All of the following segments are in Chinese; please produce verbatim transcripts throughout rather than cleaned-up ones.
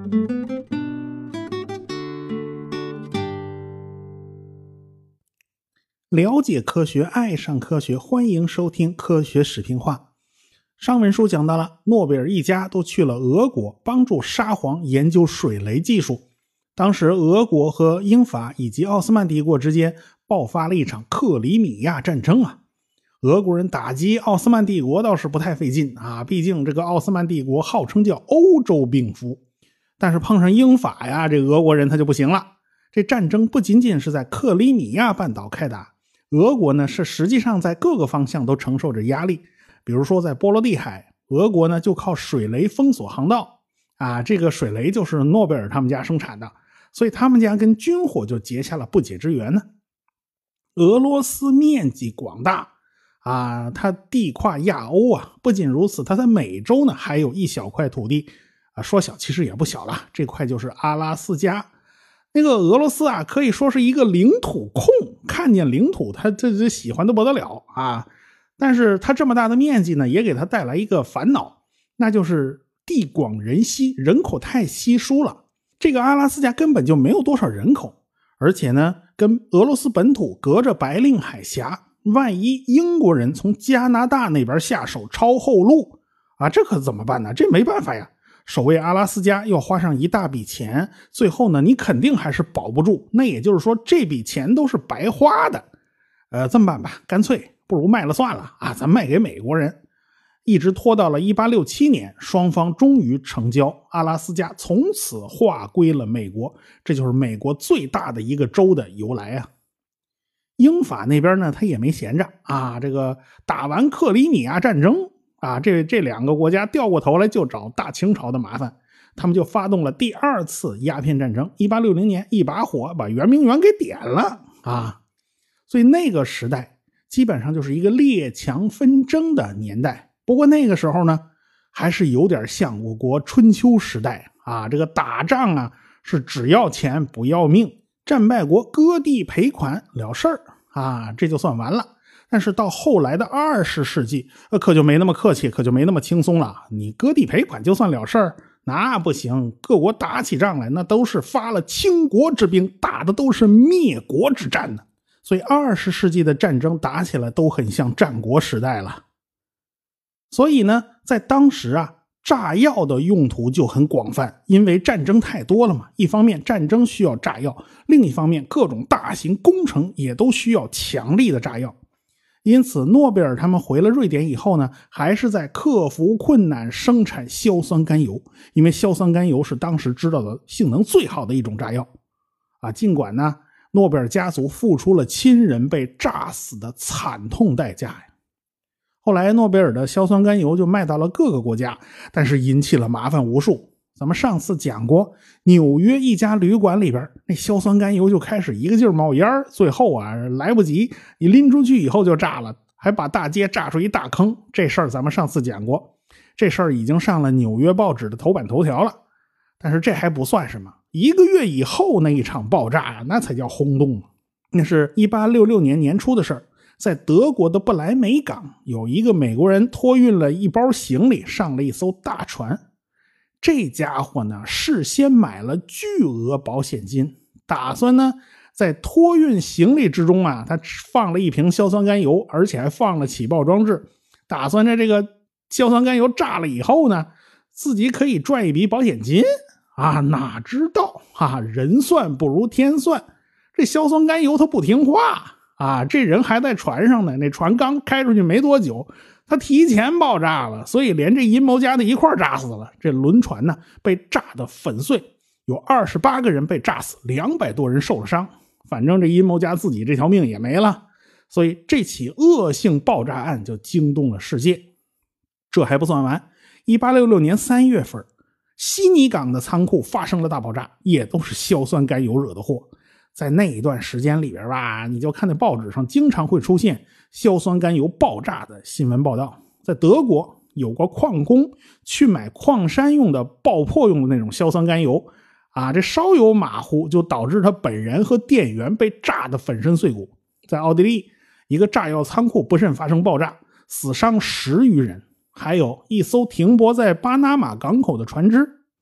了解科学，爱上科学，欢迎收听科学视频化。上文书讲到了，诺贝尔一家都去了俄国，帮助沙皇研究水雷技术。当时俄国和英法以及奥斯曼帝国之间爆发了一场克里米亚战争啊。俄国人打击奥斯曼帝国倒是不太费劲啊，毕竟这个奥斯曼帝国号称叫欧洲病夫。但是碰上英法呀，这俄国人他就不行了。这战争不仅仅是在克里米亚半岛开打，俄国呢是实际上在各个方向都承受着压力。比如说在波罗的海，俄国呢就靠水雷封锁航道啊，这个水雷就是诺贝尔他们家生产的，所以他们家跟军火就结下了不解之缘呢。俄罗斯面积广大啊，它地跨亚欧啊，不仅如此，它在美洲呢还有一小块土地啊，说小其实也不小了，这块就是阿拉斯加。那个俄罗斯啊，可以说是一个领土控，看见领土他这这喜欢的不得了啊。但是他这么大的面积呢，也给他带来一个烦恼，那就是地广人稀，人口太稀疏了。这个阿拉斯加根本就没有多少人口，而且呢，跟俄罗斯本土隔着白令海峡，万一英国人从加拿大那边下手抄后路啊，这可怎么办呢？这没办法呀。守卫阿拉斯加要花上一大笔钱，最后呢，你肯定还是保不住。那也就是说，这笔钱都是白花的。呃，这么办吧，干脆不如卖了算了啊，咱卖给美国人。一直拖到了一八六七年，双方终于成交，阿拉斯加从此划归了美国，这就是美国最大的一个州的由来啊。英法那边呢，他也没闲着啊，这个打完克里米亚战争啊，这这两个国家掉过头来就找大清朝的麻烦，他们就发动了第二次鸦片战争。一八六零年，一把火把圆明园给点了啊！所以那个时代基本上就是一个列强纷争的年代。不过那个时候呢，还是有点像我国春秋时代啊，这个打仗啊是只要钱不要命，战败国割地赔款了事儿啊，这就算完了。但是到后来的二十世纪，呃，可就没那么客气，可就没那么轻松了。你割地赔款就算了事儿，那不行，各国打起仗来，那都是发了倾国之兵，打的都是灭国之战呢。所以二十世纪的战争打起来都很像战国时代了。所以呢，在当时啊，炸药的用途就很广泛，因为战争太多了嘛。一方面战争需要炸药，另一方面各种大型工程也都需要强力的炸药。因此诺贝尔他们回了瑞典以后呢，还是在克服困难生产硝酸甘油，因为硝酸甘油是当时知道的性能最好的一种炸药啊。尽管呢，诺贝尔家族付出了亲人被炸死的惨痛代价呀。后来诺贝尔的硝酸甘油就卖到了各个国家，但是引起了麻烦无数。咱们上次讲过，纽约一家旅馆里边那硝酸甘油就开始一个劲儿冒烟，最后啊来不及，你拎出去以后就炸了，还把大街炸出一大坑。这事儿咱们上次讲过，这事儿已经上了纽约报纸的头版头条了。但是这还不算什么，一个月以后那一场爆炸啊，那才叫轰动。那是一八六六年年初的事儿，在德国的不来梅港，有一个美国人托运了一包行李上了一艘大船。这家伙呢，事先买了巨额保险金，打算呢在托运行李之中啊，他放了一瓶硝酸甘油，而且还放了起爆装置，打算在这个硝酸甘油炸了以后呢，自己可以赚一笔保险金啊。哪知道啊，人算不如天算，这硝酸甘油它不听话啊，这人还在船上呢，那船刚开出去没多久，他提前爆炸了，所以连这阴谋家的一块炸死了。这轮船呢被炸得粉碎，有二十八个人被炸死，两百多人受了伤。反正这阴谋家自己这条命也没了，所以这起恶性爆炸案就惊动了世界。这还不算完，一八六六年三月份，悉尼港的仓库发生了大爆炸，也都是硝酸甘油惹的祸。在那一段时间里边吧，你就看那报纸上经常会出现硝酸甘油爆炸的新闻报道。在德国有个矿工去买矿山用的爆破用的那种硝酸甘油啊，这稍有马虎就导致他本人和店员被炸得粉身碎骨。在奥地利一个炸药仓库不慎发生爆炸，死伤十余人。还有一艘停泊在巴拿马港口的船只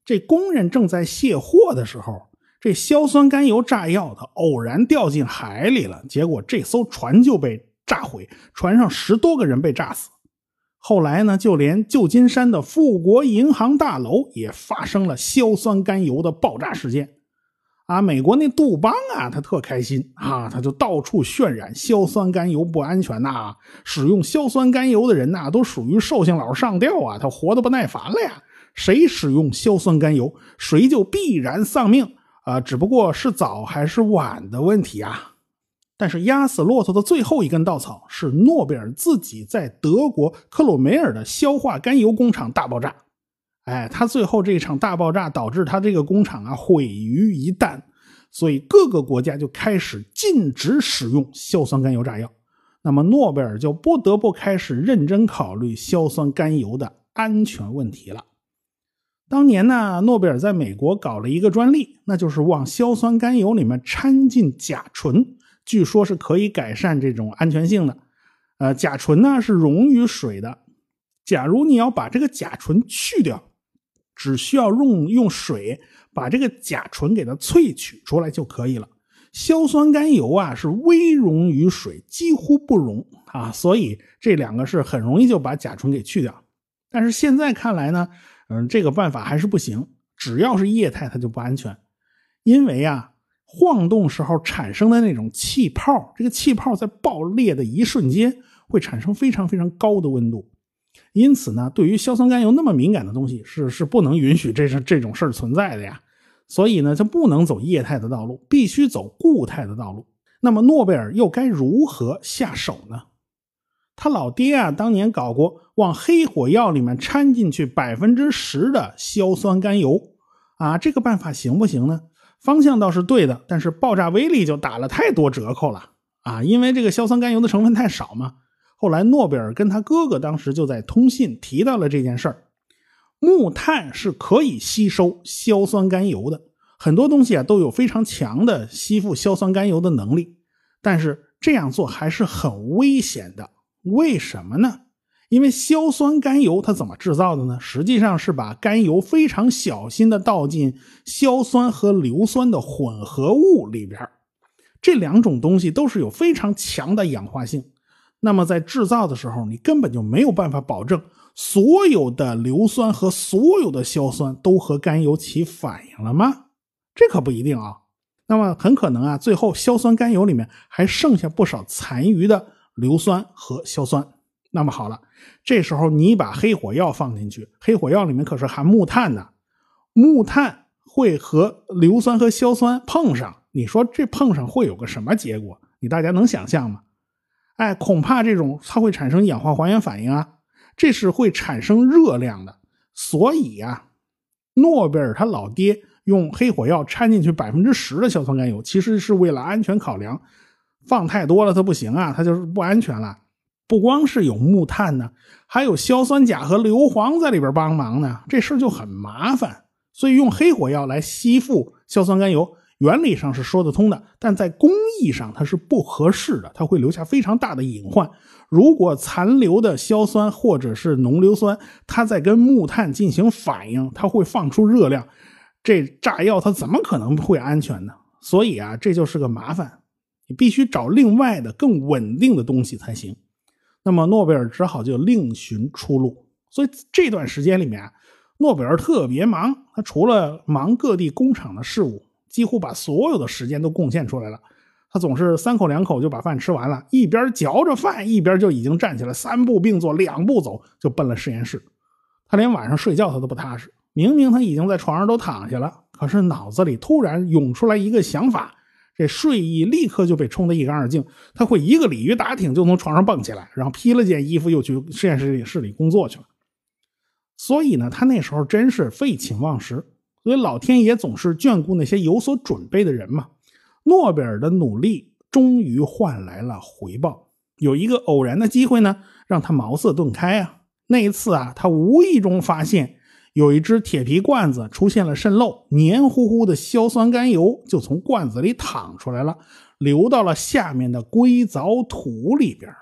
这工人正在卸货的时候，这硝酸甘油炸药它偶然掉进海里了，结果这艘船就被炸毁，船上十多个人被炸死。后来呢，就连旧金山的富国银行大楼也发生了硝酸甘油的爆炸事件。啊，美国那杜邦啊，他特开心啊，他就到处渲染硝酸甘油不安全呐、啊，使用硝酸甘油的人呐、啊，都属于寿星老上吊啊，他活得不耐烦了呀。谁使用硝酸甘油，谁就必然丧命啊，只不过是早还是晚的问题啊。但是压死骆驼的最后一根稻草是诺贝尔自己在德国克鲁梅尔的硝化甘油工厂大爆炸。哎，他最后这场大爆炸导致他这个工厂啊毁于一旦，所以各个国家就开始禁止使用硝酸甘油炸药。那么诺贝尔就不得不开始认真考虑硝酸甘油的安全问题了。当年呢，诺贝尔在美国搞了一个专利，那就是往硝酸甘油里面掺进甲醇，据说是可以改善这种安全性的。呃，甲醇呢是溶于水的，假如你要把这个甲醇去掉，只需要用用水把这个甲醇给它萃取出来就可以了。硝酸甘油啊是微溶于水，几乎不溶啊，所以这两个是很容易就把甲醇给去掉。但是现在看来呢，嗯，这个办法还是不行，只要是液态它就不安全。因为啊，晃动时候产生的那种气泡，这个气泡在爆裂的一瞬间会产生非常非常高的温度。因此呢，对于硝酸甘油那么敏感的东西是是不能允许这是这种事儿存在的呀。所以呢，它不能走液态的道路，必须走固态的道路。那么诺贝尔又该如何下手呢？他老爹啊，当年搞过往黑火药里面掺进去 百分之十 的硝酸甘油啊，这个办法行不行呢？方向倒是对的，但是爆炸威力就打了太多折扣了啊，因为这个硝酸甘油的成分太少嘛。后来诺贝尔跟他哥哥当时就在通信提到了这件事儿。木炭是可以吸收硝酸甘油的，很多东西啊都有非常强的吸附硝酸甘油的能力，但是这样做还是很危险的。为什么呢？因为硝酸甘油它怎么制造的呢？实际上是把甘油非常小心的倒进硝酸和硫酸的混合物里边，这两种东西都是有非常强的氧化性。那么在制造的时候，你根本就没有办法保证所有的硫酸和所有的硝酸都和甘油起反应了吗？这可不一定啊。那么很可能啊，最后硝酸甘油里面还剩下不少残余的硫酸和硝酸。那么好了，这时候你把黑火药放进去，黑火药里面可是含木炭的，木炭会和硫酸和硝酸碰上，你说这碰上会有个什么结果？你大家能想象吗？哎，恐怕这种它会产生氧化还原反应啊，这是会产生热量的。所以啊，诺贝尔他老爹用黑火药掺进去 百分之十 的硝酸甘油，其实是为了安全考量，放太多了它不行啊，它就是不安全了。不光是有木炭呢，还有硝酸钾和硫磺在里边帮忙呢，这事就很麻烦。所以用黑火药来吸附硝酸甘油，原理上是说得通的，但在工艺上它是不合适的，它会留下非常大的隐患。如果残留的硝酸或者是浓硫酸它在跟木炭进行反应，它会放出热量，这炸药它怎么可能会安全呢？所以啊，这就是个麻烦，你必须找另外的更稳定的东西才行。那么诺贝尔只好就另寻出路。所以这段时间里面啊，诺贝尔特别忙，他除了忙各地工厂的事务，几乎把所有的时间都贡献出来了。他总是三口两口就把饭吃完了，一边嚼着饭一边就已经站起来，三步并作两步走就奔了实验室。他连晚上睡觉他都不踏实，明明他已经在床上都躺下了，可是脑子里突然涌出来一个想法，这睡意立刻就被冲得一干二净。他会一个鲤鱼打挺就从床上蹦起来，然后披了件衣服又去实验室里室里工作去了。所以呢，他那时候真是废寝忘食，所以老天爷总是眷顾那些有所准备的人嘛。诺贝尔的努力终于换来了回报，有一个偶然的机会呢，让他茅塞顿开啊。那一次啊，他无意中发现有一只铁皮罐子出现了渗漏，黏糊糊的硝酸甘油就从罐子里淌出来了，流到了下面的硅藻土里边。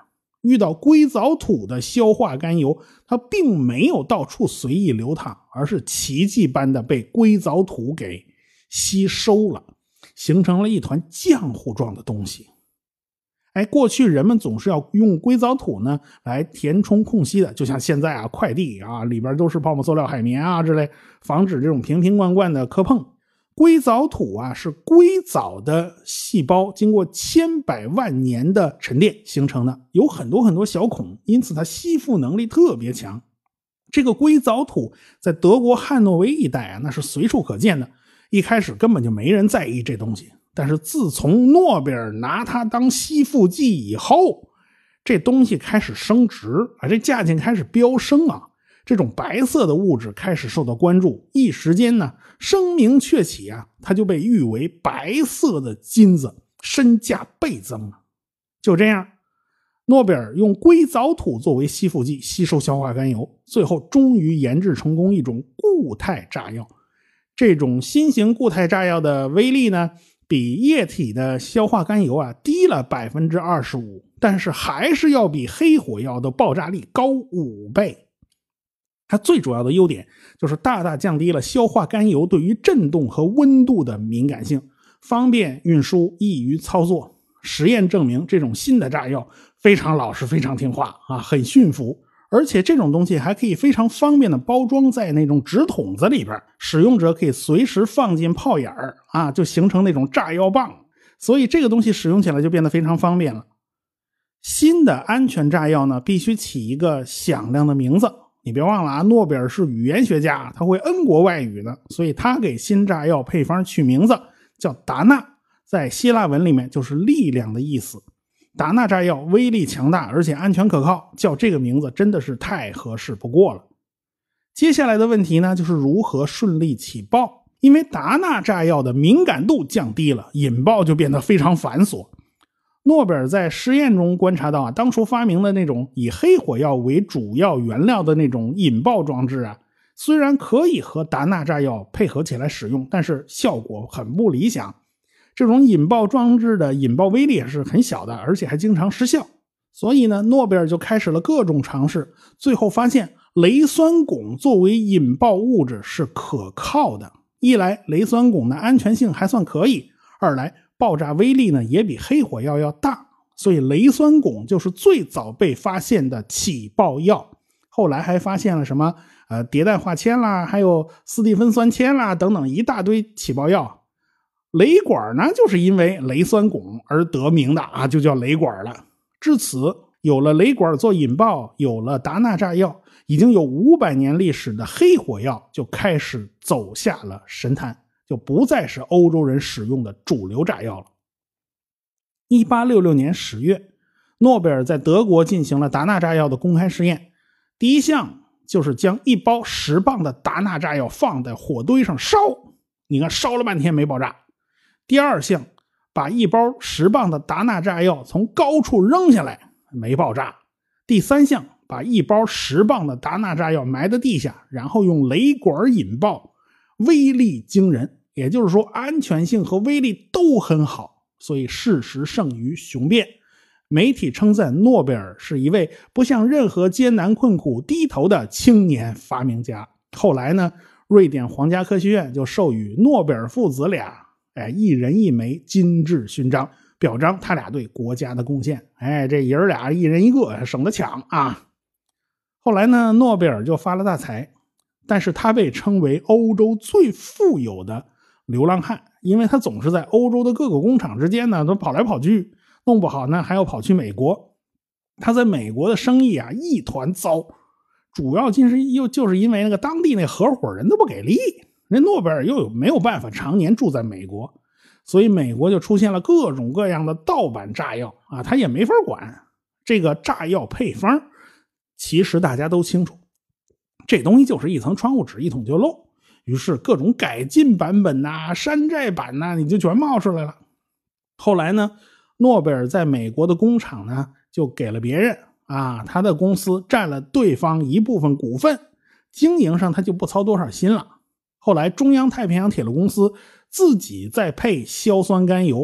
遇到硅藻土的硝化甘油，它并没有到处随意流淌，而是奇迹般的被硅藻土给吸收了，形成了一团浆糊状的东西。哎，过去人们总是要用硅藻土呢来填充空隙的，就像现在啊，快递啊里边都是泡沫塑料、海绵啊之类，防止这种瓶瓶罐罐的磕碰。硅藻土啊是硅藻的细胞经过千百万年的沉淀形成的，有很多很多小孔，因此它吸附能力特别强。这个硅藻土在德国汉诺威一带啊，那是随处可见的，一开始根本就没人在意这东西。但是自从诺贝尔拿它当吸附剂以后，这东西开始升值啊，这价钱开始飙升啊，这种白色的物质开始受到关注，一时间呢声名鹊起啊，它就被誉为白色的金子，身价倍增啊。就这样，诺贝尔用硅藻土作为吸附剂吸收硝化甘油，最后终于研制成功一种固态炸药。这种新型固态炸药的威力呢比液体的硝化甘油啊低了 百分之二十五， 但是还是要比黑火药的爆炸力高五倍。它最主要的优点就是大大降低了硝化甘油对于震动和温度的敏感性，方便运输，易于操作。实验证明这种新的炸药非常老实，非常听话啊，很驯服。而且这种东西还可以非常方便的包装在那种纸筒子里边，使用者可以随时放进炮眼儿啊，就形成那种炸药棒。所以这个东西使用起来就变得非常方便了。新的安全炸药呢，必须起一个响亮的名字。你别忘了啊，诺贝尔是语言学家，他会 N 国外语的，所以他给新炸药配方取名字叫达纳，在希腊文里面就是力量的意思。达纳炸药威力强大，而且安全可靠，叫这个名字真的是太合适不过了。接下来的问题呢，就是如何顺利起爆。因为达纳炸药的敏感度降低了，引爆就变得非常繁琐。诺贝尔在实验中观察到啊，当初发明的那种以黑火药为主要原料的那种引爆装置啊，虽然可以和达纳炸药配合起来使用，但是效果很不理想。这种引爆装置的引爆威力是很小的，而且还经常失效。所以呢，诺贝尔就开始了各种尝试，最后发现雷酸汞作为引爆物质是可靠的。一来雷酸汞的安全性还算可以，二来爆炸威力呢也比黑火药要大，所以雷酸汞就是最早被发现的起爆药。后来还发现了什么呃迭代化铅啦，还有斯蒂芬酸铅啦等等一大堆起爆药。雷管呢就是因为雷酸汞而得名的啊，就叫雷管了。至此有了雷管做引爆，有了达纳炸药，已经有五百年历史的黑火药就开始走下了神坛，就不再是欧洲人使用的主流炸药了。一八六六年十月，诺贝尔在德国进行了达纳炸药的公开试验。第一项就是将一包十磅的达纳炸药放在火堆上烧，你看烧了半天没爆炸。第二项，把一包十磅的达纳炸药从高处扔下来，没爆炸。第三项，把一包十磅的达纳炸药埋在地下，然后用雷管引爆，威力惊人。也就是说，安全性和威力都很好，所以事实胜于雄辩。媒体称赞诺贝尔是一位不向任何艰难困苦低头的青年发明家。后来呢，瑞典皇家科学院就授予诺贝尔父子俩哎，一人一枚金质勋章，表彰他俩对国家的贡献。哎，这爷儿俩一人一个，省得抢啊。后来呢，诺贝尔就发了大财，但是他被称为欧洲最富有的流浪汉，因为他总是在欧洲的各个工厂之间呢都跑来跑去，弄不好呢还要跑去美国。他在美国的生意啊一团糟，主要就是又就是因为那个当地那合伙人都不给力。人诺贝尔又有没有办法常年住在美国，所以美国就出现了各种各样的盗版炸药啊，他也没法管。这个炸药配方其实大家都清楚，这东西就是一层窗户纸一捅就漏，于是各种改进版本啊、山寨版啊你就全冒出来了。后来呢，诺贝尔在美国的工厂呢就给了别人啊，他的公司占了对方一部分股份，经营上他就不操多少心了。后来中央太平洋铁路公司自己再配硝酸甘油，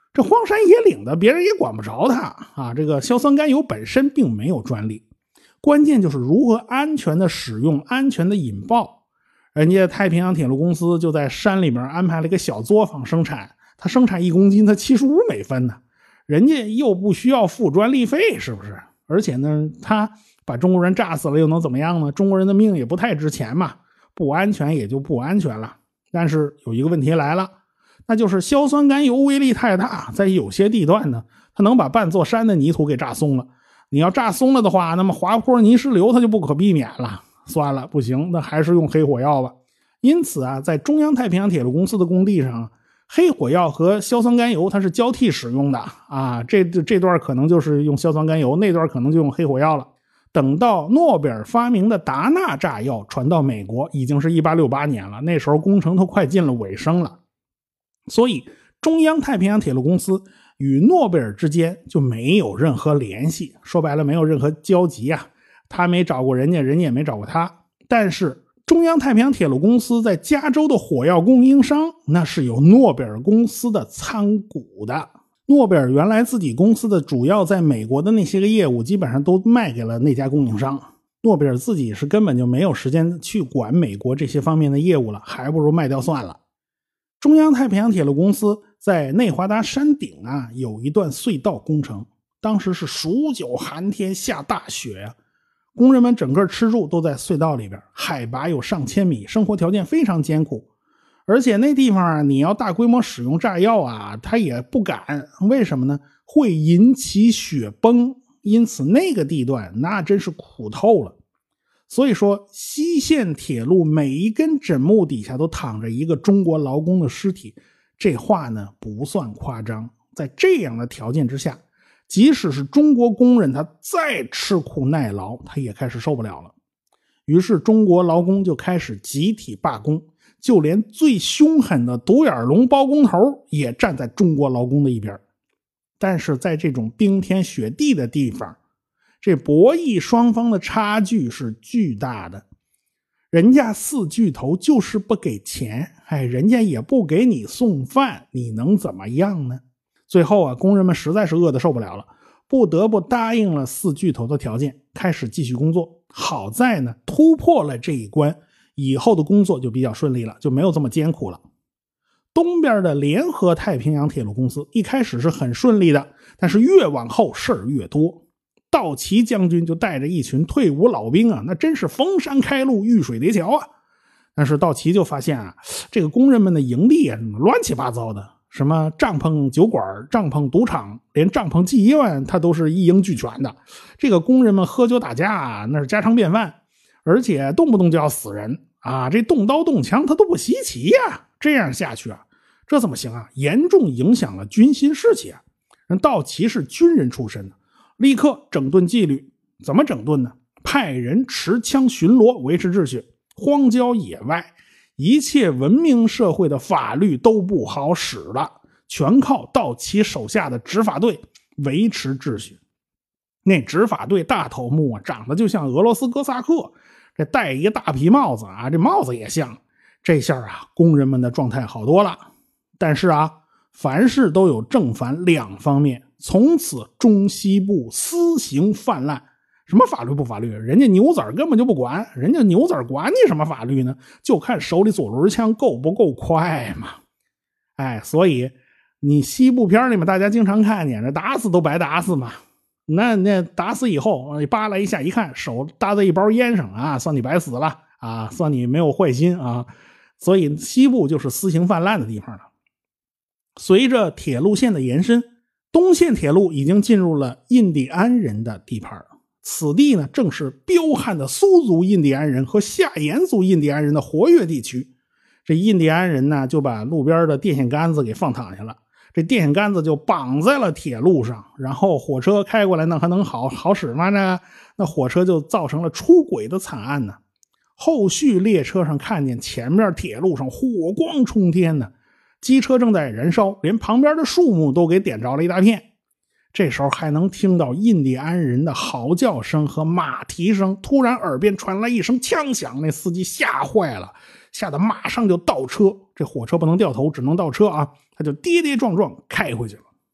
这荒山野岭的，别人也管不着他啊。这个硝酸甘油本身并没有专利，关键就是如何安全的使用，安全的引爆。人家太平洋铁路公司就在山里面安排了一个小作坊生产，它生产一公斤，它七十五美分呢，人家又不需要付专利费，是不是？而且呢，他把中国人炸死了又能怎么样呢？中国人的命也不太值钱嘛，不安全也就不安全了。但是有一个问题来了，那就是硝酸甘油威力太大，在有些地段呢，它能把半座山的泥土给炸松了。你要炸松了的话，那么滑坡泥石流它就不可避免了。算了，不行，那还是用黑火药吧。因此啊，在中央太平洋铁路公司的工地上，黑火药和硝酸甘油它是交替使用的啊，这这段可能就是用硝酸甘油，那段可能就用黑火药了。等到诺贝尔发明的达纳炸药传到美国，已经是一八六八年了，那时候工程都快进了尾声了。所以中央太平洋铁路公司与诺贝尔之间就没有任何联系，说白了没有任何交集啊，他没找过人家，人家也没找过他。但是中央太平洋铁路公司在加州的火药供应商，那是有诺贝尔公司的参股的。诺贝尔原来自己公司的主要在美国的那些个业务基本上都卖给了那家供应商，诺贝尔自己是根本就没有时间去管美国这些方面的业务了，还不如卖掉算了。中央太平洋铁路公司在内华达山顶啊有一段隧道工程，当时是数九寒天，下大雪呀、啊，工人们整个吃住都在隧道里边，海拔有上千米，生活条件非常艰苦。而且那地方啊，你要大规模使用炸药啊，他也不敢。为什么呢？会引起雪崩，因此那个地段那真是苦透了。所以说西线铁路每一根枕木底下都躺着一个中国劳工的尸体，这话呢不算夸张。在这样的条件之下，即使是中国工人他再吃苦耐劳，他也开始受不了了。于是中国劳工就开始集体罢工，就连最凶狠的独眼龙包工头也站在中国劳工的一边。但是在这种冰天雪地的地方，这博弈双方的差距是巨大的。人家四巨头就是不给钱，哎，人家也不给你送饭，你能怎么样呢？最后啊，工人们实在是饿得受不了了，不得不答应了四巨头的条件，开始继续工作。好在呢，突破了这一关，以后的工作就比较顺利了，就没有这么艰苦了。东边的联合太平洋铁路公司一开始是很顺利的，但是越往后事儿越多。道奇将军就带着一群退伍老兵啊，那真是逢山开路，遇水叠桥啊。但是道奇就发现啊，这个工人们的盈利啊，乱七八糟的，什么帐篷酒馆、帐篷赌场，连帐篷妓院他都是一应俱全的。这个工人们喝酒打架啊，那是家常便饭，而且动不动就要死人啊，这动刀动枪他都不稀奇呀。这样下去啊，这怎么行啊？严重影响了军心士气啊。人道奇是军人出身的，立刻整顿纪律。怎么整顿呢？派人持枪巡逻，维持秩序。荒郊野外，一切文明社会的法律都不好使了，全靠道奇手下的执法队维持秩序。那执法队大头目啊，长得就像俄罗斯哥萨克，这戴一个大皮帽子啊，这帽子也像。这下啊，工人们的状态好多了。但是啊，凡事都有正反两方面，从此中西部私刑泛滥。什么法律不法律？人家牛仔根本就不管，人家牛仔管你什么法律呢？就看手里左轮枪够不够快嘛。哎，所以你西部片里面大家经常看见，这打死都白打死嘛。那那打死以后，扒拉一下一看，手搭在一包烟上啊，算你白死了啊，算你没有坏心啊。所以西部就是私刑泛滥的地方了。随着铁路线的延伸，东线铁路已经进入了印第安人的地盘。此地呢，正是彪悍的苏族印第安人和夏延族印第安人的活跃地区。这印第安人呢，就把路边的电线杆子给放躺下了，这电线杆子就绑在了铁路上，然后火车开过来呢，还能好好使吗呢？那火车就造成了出轨的惨案呢。后续列车上看见前面铁路上火光冲天呢，机车正在燃烧，连旁边的树木都给点着了一大片。这时候还能听到印第安人的嚎叫声和马蹄声，突然耳边传来一声枪响，那司机吓坏了，吓得马上就倒车。这火车不能掉头，只能倒车啊，他就跌跌撞撞开回去了。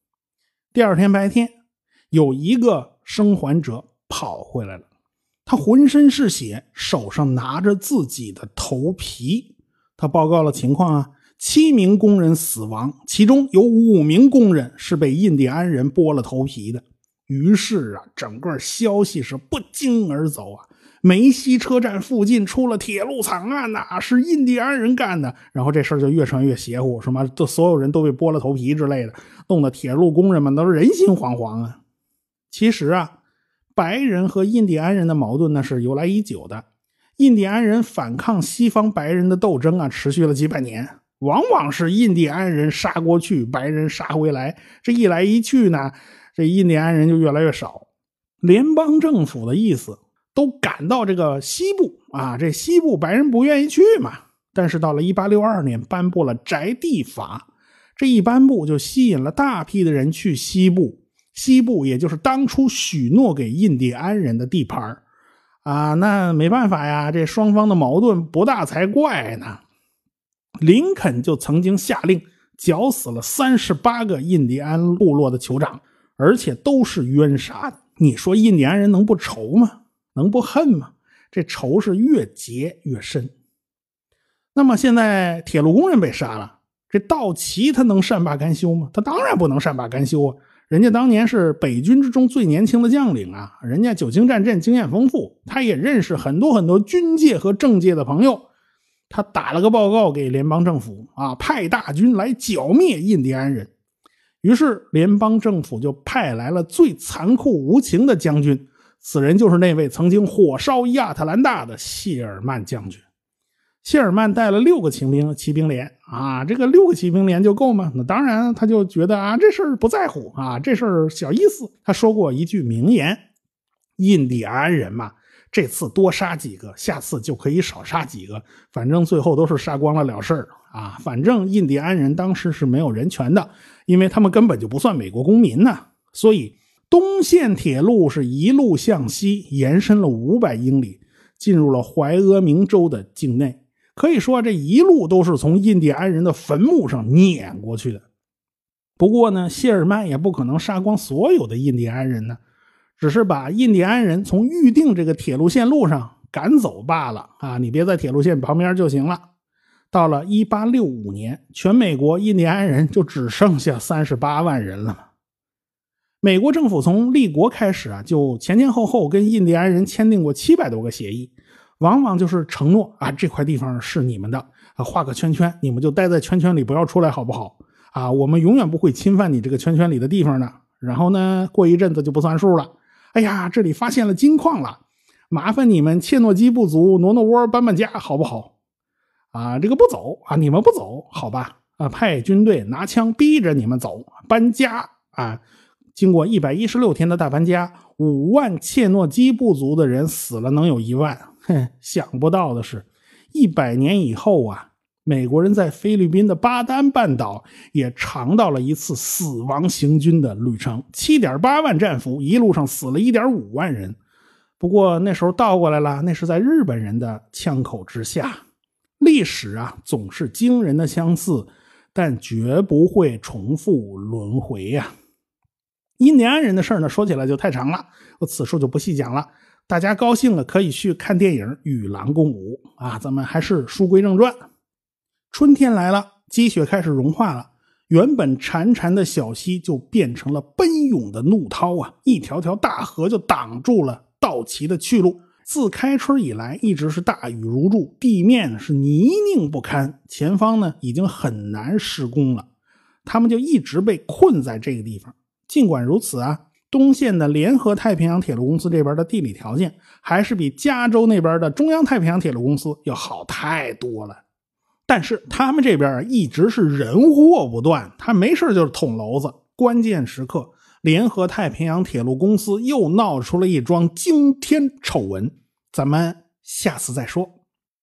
第二天白天，有一个生还者跑回来了，他浑身是血，手上拿着自己的头皮。他报告了情况啊，七名工人死亡，其中有五名工人是被印第安人剥了头皮的。于是啊，整个消息是不胫而走啊。梅西车站附近出了铁路惨案呐、啊，是印第安人干的。然后这事儿就越传越邪乎，什么都所有人都被剥了头皮之类的，弄得铁路工人们都是人心惶惶啊。其实啊，白人和印第安人的矛盾呢是由来已久的。印第安人反抗西方白人的斗争啊，持续了几百年，往往是印第安人杀过去，白人杀回来，这一来一去呢，这印第安人就越来越少。联邦政府的意思都赶到这个西部啊，这西部白人不愿意去嘛。但是到了一八六二年颁布了宅地法，这一颁布就吸引了大批的人去西部。西部也就是当初许诺给印第安人的地盘啊，那没办法呀，这双方的矛盾不大才怪呢。林肯就曾经下令绞死了三十八个印第安部落的酋长，而且都是冤杀的。你说印第安人能不仇吗？能不恨吗？这仇是越结越深。那么现在铁路工人被杀了，这道奇他能善罢甘休吗？他当然不能善罢甘休啊！人家当年是北军之中最年轻的将领啊，人家久经战阵，经验丰富，他也认识很多很多军界和政界的朋友。他打了个报告给联邦政府啊，派大军来剿灭印第安人。于是联邦政府就派来了最残酷无情的将军，此人就是那位曾经火烧亚特兰大的谢尔曼将军。谢尔曼带了六个骑兵骑兵连啊，这个六个骑兵连就够吗？那当然，他就觉得啊，这事儿不在乎啊，这事儿小意思。他说过一句名言：印第安人嘛，这次多杀几个，下次就可以少杀几个，反正最后都是杀光了了事儿啊。反正印第安人当时是没有人权的，因为他们根本就不算美国公民呢。所以东线铁路是一路向西延伸了五百英里，进入了怀俄明州的境内。可以说这一路都是从印第安人的坟墓上碾过去的。不过呢，谢尔曼也不可能杀光所有的印第安人呢，只是把印第安人从预定这个铁路线路上赶走罢了啊！你别在铁路线旁边就行了。到了一八六五年，全美国印第安人就只剩下三十八万人了嘛。美国政府从立国开始啊，就前前后后跟印第安人签订过七百多个协议，往往就是承诺啊，这块地方是你们的啊，画个圈圈，你们就待在圈圈里不要出来好不好啊？我们永远不会侵犯你这个圈圈里的地方的。然后呢，过一阵子就不算数了。哎呀，这里发现了金矿了，麻烦你们切诺基部族挪挪窝搬搬家好不好？啊，这个不走啊，你们不走好吧？啊，派军队拿枪逼着你们走，搬家啊！经过一百一十六天的大搬家，五万切诺基部族的人死了能有一万。哼，想不到的是，一百年以后啊，美国人在菲律宾的巴丹半岛也尝到了一次死亡行军的旅程， 七点八万战俘，一路上死了 一点五万人。不过那时候倒过来了，那是在日本人的枪口之下。历史啊，总是惊人的相似，但绝不会重复轮回呀、啊。印第安人的事呢，说起来就太长了，我此处就不细讲了。大家高兴了可以去看电影《与狼共舞》啊，咱们还是书归正传。春天来了，积雪开始融化了，原本潺潺的小溪就变成了奔涌的怒涛啊！一条条大河就挡住了道奇的去路。自开春以来一直是大雨如注，地面是泥泞不堪，前方呢已经很难施工了，他们就一直被困在这个地方。尽管如此啊，东线的联合太平洋铁路公司这边的地理条件还是比加州那边的中央太平洋铁路公司要好太多了。但是他们这边一直是人祸不断，他没事就是捅娄子。关键时刻，联合太平洋铁路公司又闹出了一桩惊天丑闻，咱们下次再说。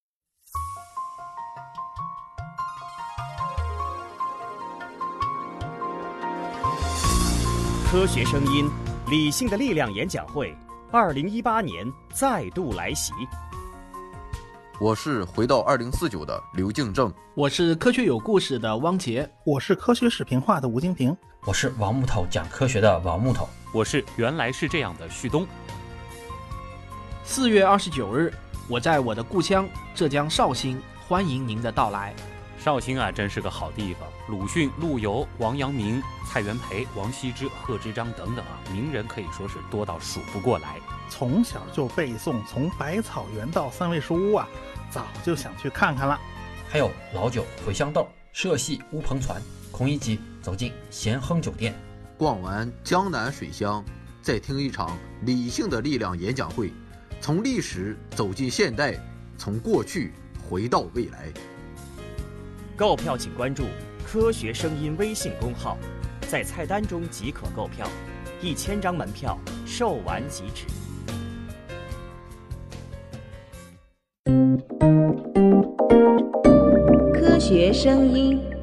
科学声音，理性的力量演讲会，二零一八年再度来袭。 我是回到二零四九的刘敬正， 我是科学有故事的汪杰， 我是科学视频化的吴京平， 我是王木头讲科学的王木头， 我是原来是这样的旭东。 四月二十九日，我在我的故乡浙江绍兴，欢迎您的到来。 绍兴啊，真是个好地方。鲁迅、陆游、王阳明、蔡元培、王羲之、贺知章等等啊，名人可以说是多到数不过来。 从小就背诵从百草园到三味书屋啊，早就想去看看了。 还有老酒、茴香豆、社戏、乌篷船，孔乙己走进咸亨酒店， 逛完江南水乡，再听一场理性的力量演讲会，从历史走进现代，从过去回到未来。 购票请关注科学声音微信公号，在菜单中即可购票，一千张门票售完即止。 科学声音。